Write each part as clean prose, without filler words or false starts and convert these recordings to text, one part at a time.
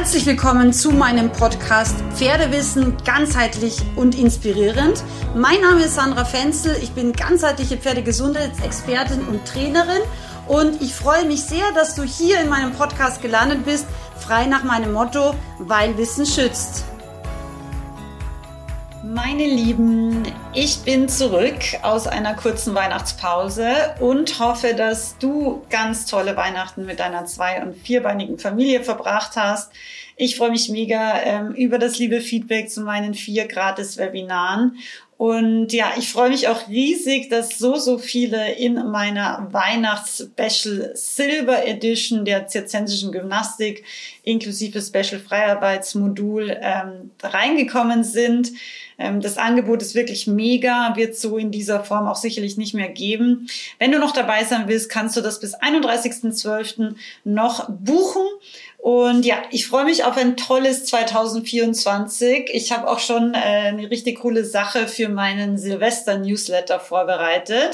Herzlich willkommen zu meinem Podcast Pferdewissen ganzheitlich und inspirierend. Mein Name ist Sandra Fenzel, ich bin ganzheitliche Pferdegesundheitsexpertin und Trainerin und ich freue mich sehr, dass du hier in meinem Podcast gelandet bist, frei nach meinem Motto, weil Wissen schützt. Meine Lieben, ich bin zurück aus einer kurzen Weihnachtspause und hoffe, dass du ganz tolle Weihnachten mit deiner 2- und 4-beinigen Familie verbracht hast. Ich freue mich mega über das liebe Feedback zu meinen 4 Gratis-Webinaren. Und ja, ich freue mich auch riesig, dass so viele in meiner Weihnachts-Special Silver Edition der zirzensischen Gymnastik inklusive Special Freiarbeitsmodul reingekommen sind. Das Angebot ist wirklich mega, wird so in dieser Form auch sicherlich nicht mehr geben. Wenn du noch dabei sein willst, kannst du das bis 31.12. noch buchen. Und ja, ich freue mich auf ein tolles 2024. Ich habe auch schon eine richtig coole Sache für meinen Silvester-Newsletter vorbereitet.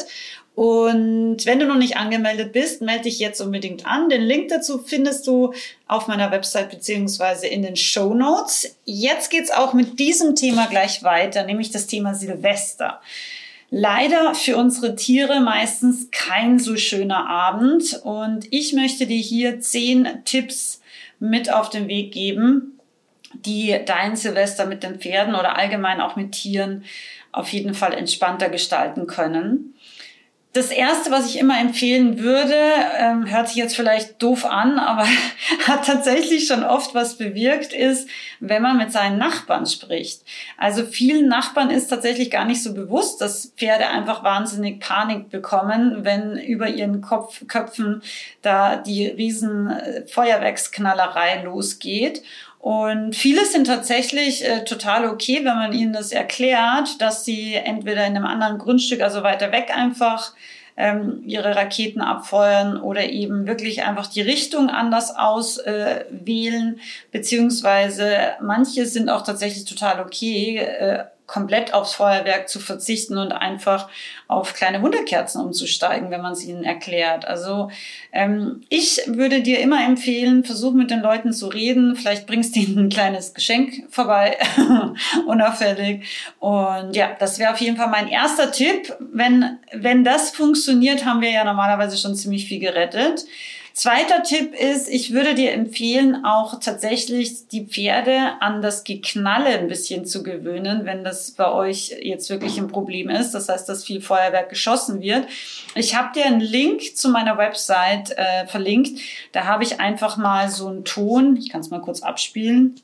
Und wenn du noch nicht angemeldet bist, melde dich jetzt unbedingt an. Den Link dazu findest du auf meiner Website beziehungsweise in den Shownotes. Jetzt geht's auch mit diesem Thema gleich weiter, nämlich das Thema Silvester. Leider für unsere Tiere meistens kein so schöner Abend. Und ich möchte dir hier 10 Tipps mit auf den Weg geben, die dein Silvester mit den Pferden oder allgemein auch mit Tieren auf jeden Fall entspannter gestalten können. Das Erste, was ich immer empfehlen würde, hört sich jetzt vielleicht doof an, aber hat tatsächlich schon oft was bewirkt, ist, wenn man mit seinen Nachbarn spricht. Also vielen Nachbarn ist tatsächlich gar nicht so bewusst, dass Pferde einfach wahnsinnig Panik bekommen, wenn über ihren Köpfen da die riesen Feuerwerksknallerei losgeht. Und viele sind tatsächlich total okay, wenn man ihnen das erklärt, dass sie entweder in einem anderen Grundstück, also weiter weg einfach ihre Raketen abfeuern oder eben wirklich einfach die Richtung anders auswählen, beziehungsweise manche sind auch tatsächlich total okay, komplett aufs Feuerwerk zu verzichten und einfach auf kleine Wunderkerzen umzusteigen, wenn man es ihnen erklärt. Also ich würde dir immer empfehlen, versuch mit den Leuten zu reden, vielleicht bringst du ihnen ein kleines Geschenk vorbei, unauffällig. Und ja, das wäre auf jeden Fall mein erster Tipp. Wenn das funktioniert, haben wir ja normalerweise schon ziemlich viel gerettet. Zweiter Tipp ist, ich würde dir empfehlen, auch tatsächlich die Pferde an das Geknalle ein bisschen zu gewöhnen, wenn das bei euch jetzt wirklich ein Problem ist. Das heißt, dass viel Feuerwerk geschossen wird. Ich habe dir einen Link zu meiner Website verlinkt. Da habe ich einfach mal so einen Ton. Ich kann es mal kurz abspielen.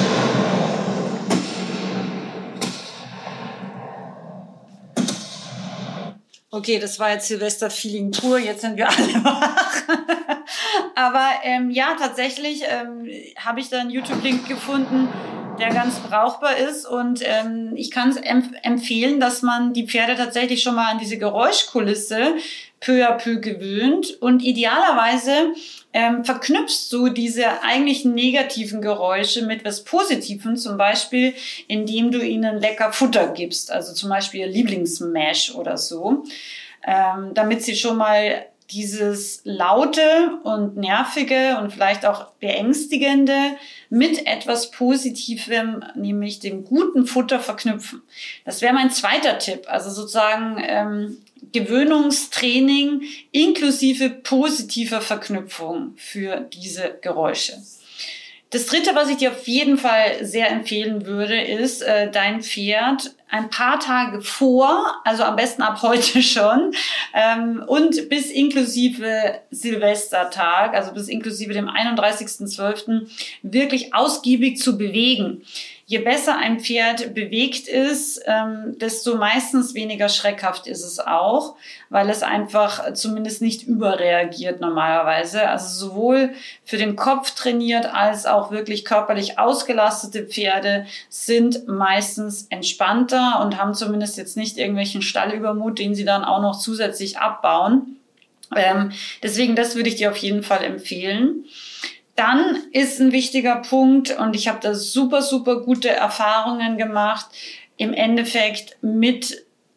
Okay, das war jetzt Silvester-Feeling pur, jetzt sind wir alle wach. Aber ja, tatsächlich habe ich da einen YouTube-Link gefunden, der ganz brauchbar ist. Und ich kann es empfehlen, dass man die Pferde tatsächlich schon mal an diese Geräuschkulisse peu à peu gewöhnt. Und idealerweise verknüpfst du diese eigentlich negativen Geräusche mit was Positivem, zum Beispiel, indem du ihnen lecker Futter gibst, also zum Beispiel ihr Lieblingsmash oder so, damit sie schon mal dieses laute und nervige und vielleicht auch beängstigende mit etwas Positivem, nämlich dem guten Futter verknüpfen. Das wäre mein zweiter Tipp, also sozusagen Gewöhnungstraining inklusive positiver Verknüpfung für diese Geräusche. Das Dritte, was ich dir auf jeden Fall sehr empfehlen würde, ist, dein Pferd ein paar Tage vor, also am besten ab heute schon, und bis inklusive Silvestertag, also bis inklusive dem 31.12. wirklich ausgiebig zu bewegen. Je besser ein Pferd bewegt ist, desto meistens weniger schreckhaft ist es auch, weil es einfach zumindest nicht überreagiert normalerweise. Also sowohl für den Kopf trainiert als auch wirklich körperlich ausgelastete Pferde sind meistens entspannter und haben zumindest jetzt nicht irgendwelchen Stallübermut, den sie dann auch noch zusätzlich abbauen. Deswegen, das würde ich dir auf jeden Fall empfehlen. Dann ist ein wichtiger Punkt, und ich habe da super gute Erfahrungen gemacht, im Endeffekt mit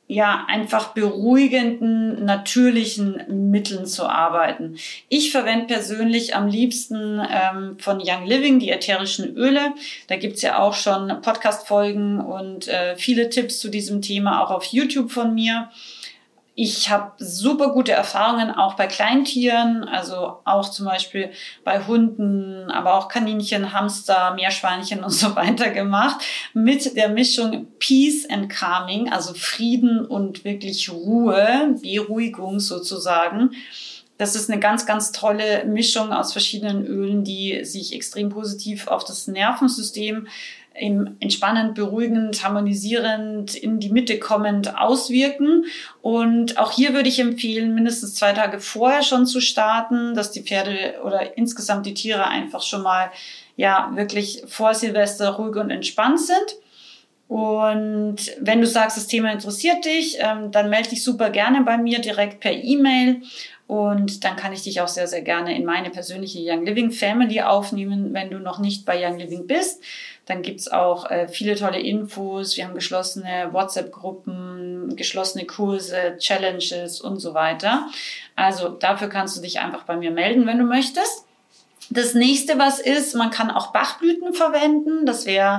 ja, einfach beruhigenden, natürlichen Mitteln zu arbeiten. Ich verwende persönlich am liebsten von Young Living die ätherischen Öle. Da gibt's ja auch schon Podcast-Folgen und viele Tipps zu diesem Thema auch auf YouTube von mir. Ich habe super gute Erfahrungen auch bei Kleintieren, also auch zum Beispiel bei Hunden, aber auch Kaninchen, Hamster, Meerschweinchen und so weiter gemacht mit der Mischung Peace and Calming, also Frieden und wirklich Ruhe, Beruhigung sozusagen. Das ist eine ganz, ganz tolle Mischung aus verschiedenen Ölen, die sich extrem positiv auf das Nervensystem entspannend, beruhigend, harmonisierend, in die Mitte kommend auswirken. Und auch hier würde ich empfehlen, mindestens 2 Tage vorher schon zu starten, dass die Pferde oder insgesamt die Tiere einfach schon mal, ja, wirklich vor Silvester ruhig und entspannt sind. Und wenn du sagst, das Thema interessiert dich, dann melde dich super gerne bei mir direkt per E-Mail. Und dann kann ich dich auch sehr, sehr gerne in meine persönliche Young Living Family aufnehmen, wenn du noch nicht bei Young Living bist. Dann gibt's auch viele tolle Infos. Wir haben geschlossene WhatsApp-Gruppen, geschlossene Kurse, Challenges und so weiter. Also dafür kannst du dich einfach bei mir melden, wenn du möchtest. Das nächste, was ist, man kann auch Bachblüten verwenden. Das wäre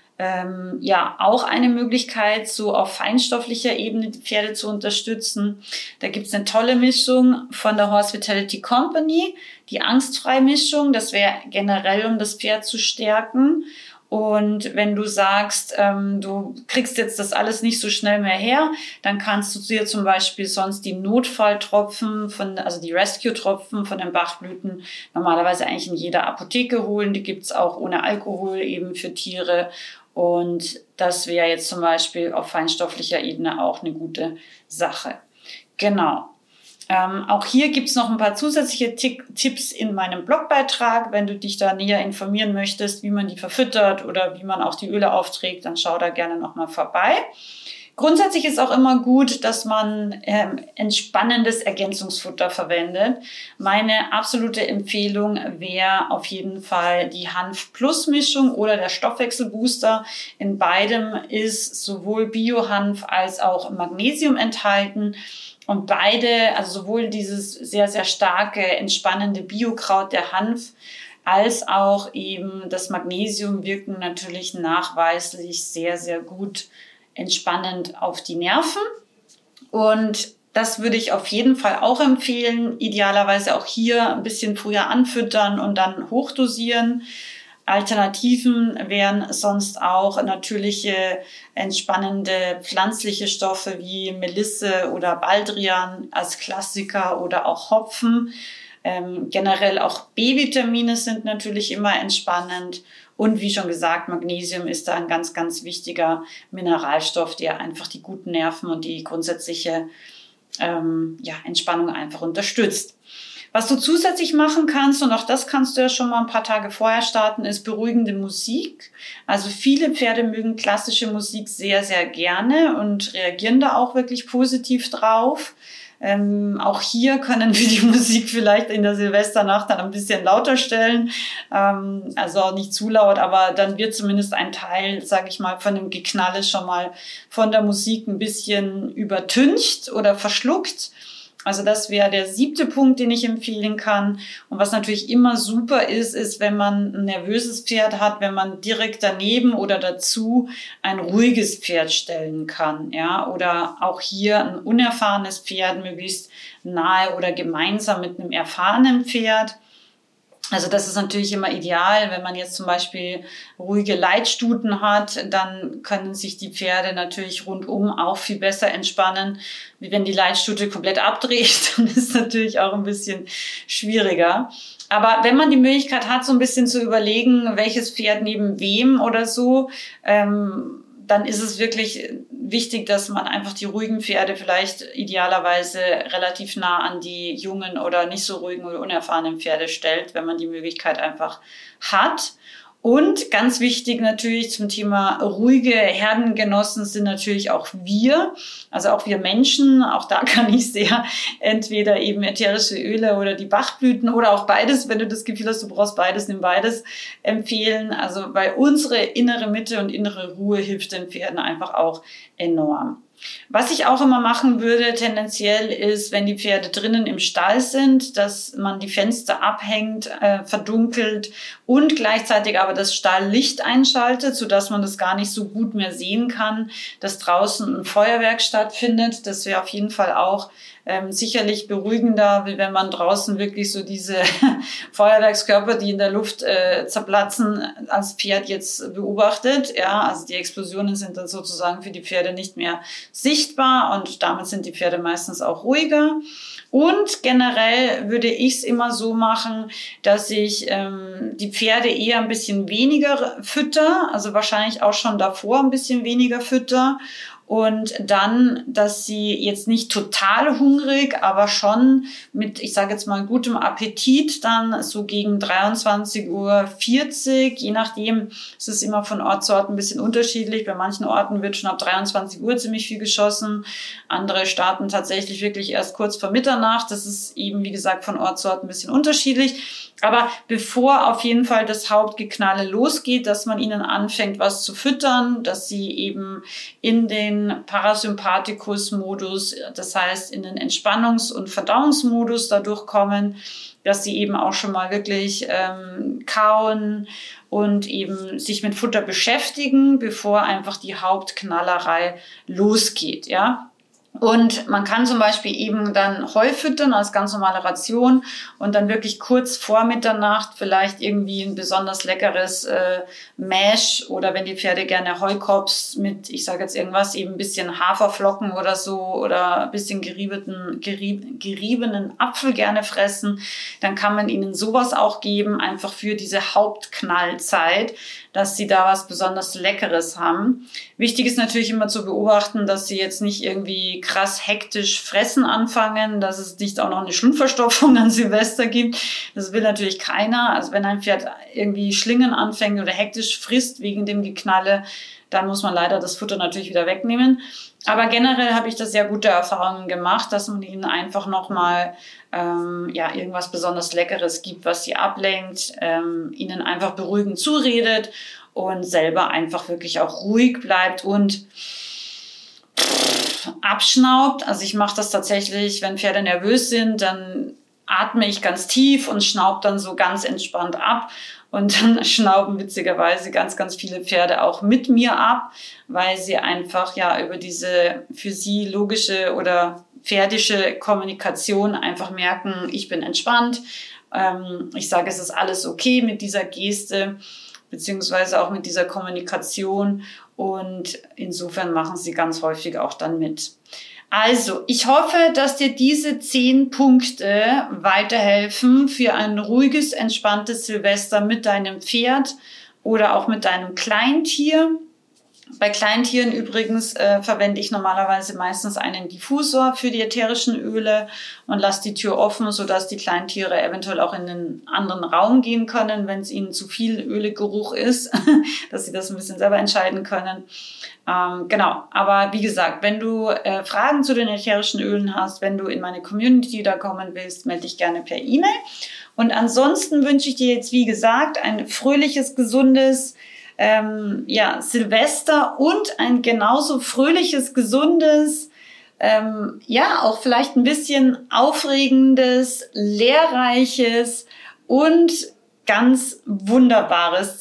ja auch eine Möglichkeit, so auf feinstofflicher Ebene die Pferde zu unterstützen. Da gibt's eine tolle Mischung von der Horse Vitality Company, die Angstfrei-Mischung. Das wäre generell, um das Pferd zu stärken. Und wenn du sagst, du kriegst jetzt das alles nicht so schnell mehr her, dann kannst du dir zum Beispiel sonst die Notfalltropfen, also die Rescue-Tropfen von den Bachblüten normalerweise eigentlich in jeder Apotheke holen. Die gibt's auch ohne Alkohol eben für Tiere. Und das wäre jetzt zum Beispiel auf feinstofflicher Ebene auch eine gute Sache. Genau. Auch hier gibt's noch ein paar zusätzliche Tipps in meinem Blogbeitrag. Wenn du dich da näher informieren möchtest, wie man die verfüttert oder wie man auch die Öle aufträgt, dann schau da gerne nochmal vorbei. Grundsätzlich ist auch immer gut, dass man entspannendes Ergänzungsfutter verwendet. Meine absolute Empfehlung wäre auf jeden Fall die Hanf-Plus-Mischung oder der Stoffwechselbooster. In beidem ist sowohl Biohanf als auch Magnesium enthalten. Und beide, also sowohl dieses sehr, sehr starke, entspannende Biokraut, der Hanf, als auch eben das Magnesium wirken natürlich nachweislich sehr, sehr gut entspannend auf die Nerven. Und das würde ich auf jeden Fall auch empfehlen. Idealerweise auch hier ein bisschen früher anfüttern und dann hochdosieren. Alternativen wären sonst auch natürliche, entspannende pflanzliche Stoffe wie Melisse oder Baldrian als Klassiker oder auch Hopfen. Generell auch B-Vitamine sind natürlich immer entspannend. Und wie schon gesagt, Magnesium ist da ein ganz, ganz wichtiger Mineralstoff, der einfach die guten Nerven und die grundsätzliche Entspannung einfach unterstützt. Was du zusätzlich machen kannst, und auch das kannst du ja schon mal ein paar Tage vorher starten, ist beruhigende Musik. Also viele Pferde mögen klassische Musik sehr, sehr gerne und reagieren da auch wirklich positiv drauf. Auch hier können wir die Musik vielleicht in der Silvesternacht dann ein bisschen lauter stellen. Also auch nicht zu laut, aber dann wird zumindest ein Teil, sage ich mal, von dem Geknalle schon mal von der Musik ein bisschen übertüncht oder verschluckt. Also das wäre der 7. Punkt, den ich empfehlen kann. Und was natürlich immer super ist, wenn man ein nervöses Pferd hat, wenn man direkt daneben oder dazu ein ruhiges Pferd stellen kann, ja, oder auch hier ein unerfahrenes Pferd möglichst nahe oder gemeinsam mit einem erfahrenen Pferd. Also das ist natürlich immer ideal, wenn man jetzt zum Beispiel ruhige Leitstuten hat, dann können sich die Pferde natürlich rundum auch viel besser entspannen, wie wenn die Leitstute komplett abdreht, dann ist natürlich auch ein bisschen schwieriger. Aber wenn man die Möglichkeit hat, so ein bisschen zu überlegen, welches Pferd neben wem oder so, dann ist es wirklich wichtig, dass man einfach die ruhigen Pferde vielleicht idealerweise relativ nah an die jungen oder nicht so ruhigen oder unerfahrenen Pferde stellt, wenn man die Möglichkeit einfach hat. Und ganz wichtig natürlich zum Thema ruhige Herdengenossen sind natürlich auch wir, also auch wir Menschen. Auch da kann ich sehr entweder eben ätherische Öle oder die Bachblüten oder auch beides, wenn du das Gefühl hast, du brauchst beides, nimm beides, empfehlen. Also weil unsere innere Mitte und innere Ruhe hilft den Pferden einfach auch enorm. Was ich auch immer machen würde, tendenziell ist, wenn die Pferde drinnen im Stall sind, dass man die Fenster abhängt, verdunkelt und gleichzeitig aber das Stalllicht einschaltet, sodass man das gar nicht so gut mehr sehen kann, dass draußen ein Feuerwerk stattfindet. Das wäre auf jeden Fall auch sicherlich beruhigender, wie wenn man draußen wirklich so diese Feuerwerkskörper, die in der Luft zerplatzen, als Pferd jetzt beobachtet. Ja, also die Explosionen sind dann sozusagen für die Pferde nicht mehr sichtbar und damit sind die Pferde meistens auch ruhiger. Und generell würde ich es immer so machen, dass ich die Pferde eher ein bisschen weniger fütter, also wahrscheinlich auch schon davor ein bisschen weniger fütter. Und dann, dass sie jetzt nicht total hungrig, aber schon mit, ich sage jetzt mal, gutem Appetit dann so gegen 23:40 Uhr, je nachdem, es ist immer von Ort zu Ort ein bisschen unterschiedlich. Bei manchen Orten wird schon ab 23 Uhr ziemlich viel geschossen. Andere starten tatsächlich wirklich erst kurz vor Mitternacht. Das ist eben, wie gesagt, von Ort zu Ort ein bisschen unterschiedlich. Aber bevor auf jeden Fall das Hauptgeknalle losgeht, dass man ihnen anfängt, was zu füttern, dass sie eben in den Parasympathikus-Modus, das heißt in den Entspannungs- und Verdauungsmodus dadurch kommen, dass sie eben auch schon mal wirklich kauen und eben sich mit Futter beschäftigen, bevor einfach die Hauptknallerei losgeht, ja. Und man kann zum Beispiel eben dann Heu füttern als ganz normale Ration und dann wirklich kurz vor Mitternacht vielleicht irgendwie ein besonders leckeres Mash oder wenn die Pferde gerne Heukops mit, ich sage jetzt irgendwas, eben ein bisschen Haferflocken oder so oder ein bisschen geriebenen Apfel gerne fressen, dann kann man ihnen sowas auch geben, einfach für diese Hauptknallzeit, dass sie da was besonders Leckeres haben. Wichtig ist natürlich immer zu beobachten, dass sie jetzt nicht irgendwie krass hektisch fressen anfangen, dass es nicht auch noch eine Schlumpfverstopfung an Silvester gibt. Das will natürlich keiner. Also wenn ein Pferd irgendwie Schlingen anfängt oder hektisch frisst wegen dem Geknalle, dann muss man leider das Futter natürlich wieder wegnehmen. Aber generell habe ich da sehr gute Erfahrungen gemacht, dass man ihnen einfach nochmal irgendwas besonders Leckeres gibt, was sie ablenkt, ihnen einfach beruhigend zuredet und selber einfach wirklich auch ruhig bleibt und abschnaubt. Also ich mache das tatsächlich, wenn Pferde nervös sind, dann atme ich ganz tief und schnaube dann so ganz entspannt ab. Und dann schnauben witzigerweise ganz, ganz viele Pferde auch mit mir ab, weil sie einfach über diese für sie logische oder pferdische Kommunikation einfach merken, ich bin entspannt. Ich sage, es ist alles okay mit dieser Geste, beziehungsweise auch mit dieser Kommunikation. Und insofern machen sie ganz häufig auch dann mit. Also, ich hoffe, dass dir diese 10 Punkte weiterhelfen für ein ruhiges, entspanntes Silvester mit deinem Pferd oder auch mit deinem Kleintier. Bei Kleintieren übrigens verwende ich normalerweise meistens einen Diffusor für die ätherischen Öle und lasse die Tür offen, sodass die Kleintiere eventuell auch in einen anderen Raum gehen können, wenn es ihnen zu viel Ölegeruch ist, dass sie das ein bisschen selber entscheiden können. Genau, aber wie gesagt, wenn du Fragen zu den ätherischen Ölen hast, wenn du in meine Community da kommen willst, melde dich gerne per E-Mail. Und ansonsten wünsche ich dir jetzt, wie gesagt, ein fröhliches, gesundes Silvester und ein genauso fröhliches, gesundes, auch vielleicht ein bisschen aufregendes, lehrreiches und ganz wunderbares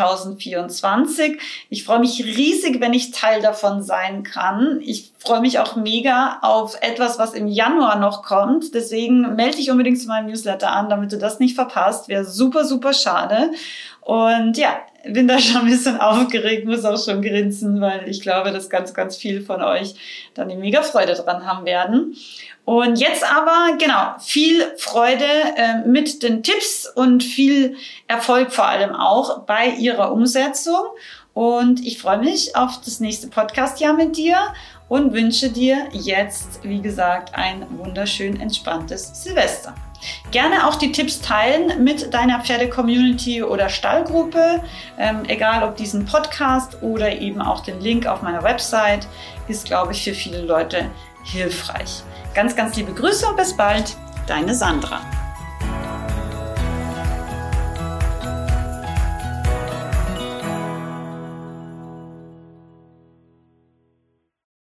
2024. Ich freue mich riesig, wenn ich Teil davon sein kann. Ich freue mich auch mega auf etwas, was im Januar noch kommt. Deswegen melde dich unbedingt zu meinem Newsletter an, damit du das nicht verpasst. Wäre super, super schade. Und bin da schon ein bisschen aufgeregt, muss auch schon grinsen, weil ich glaube, dass ganz, ganz viele von euch dann die mega Freude dran haben werden. Und jetzt aber, viel Freude mit den Tipps und viel Erfolg vor allem auch bei ihrer Umsetzung. Und ich freue mich auf das nächste Podcast-Jahr mit dir und wünsche dir jetzt, wie gesagt, ein wunderschön entspanntes Silvester. Gerne auch die Tipps teilen mit deiner Pferde-Community oder Stallgruppe, egal ob diesen Podcast oder eben auch den Link auf meiner Website, ist, glaube ich, für viele Leute hilfreich. Ganz, ganz liebe Grüße und bis bald, deine Sandra.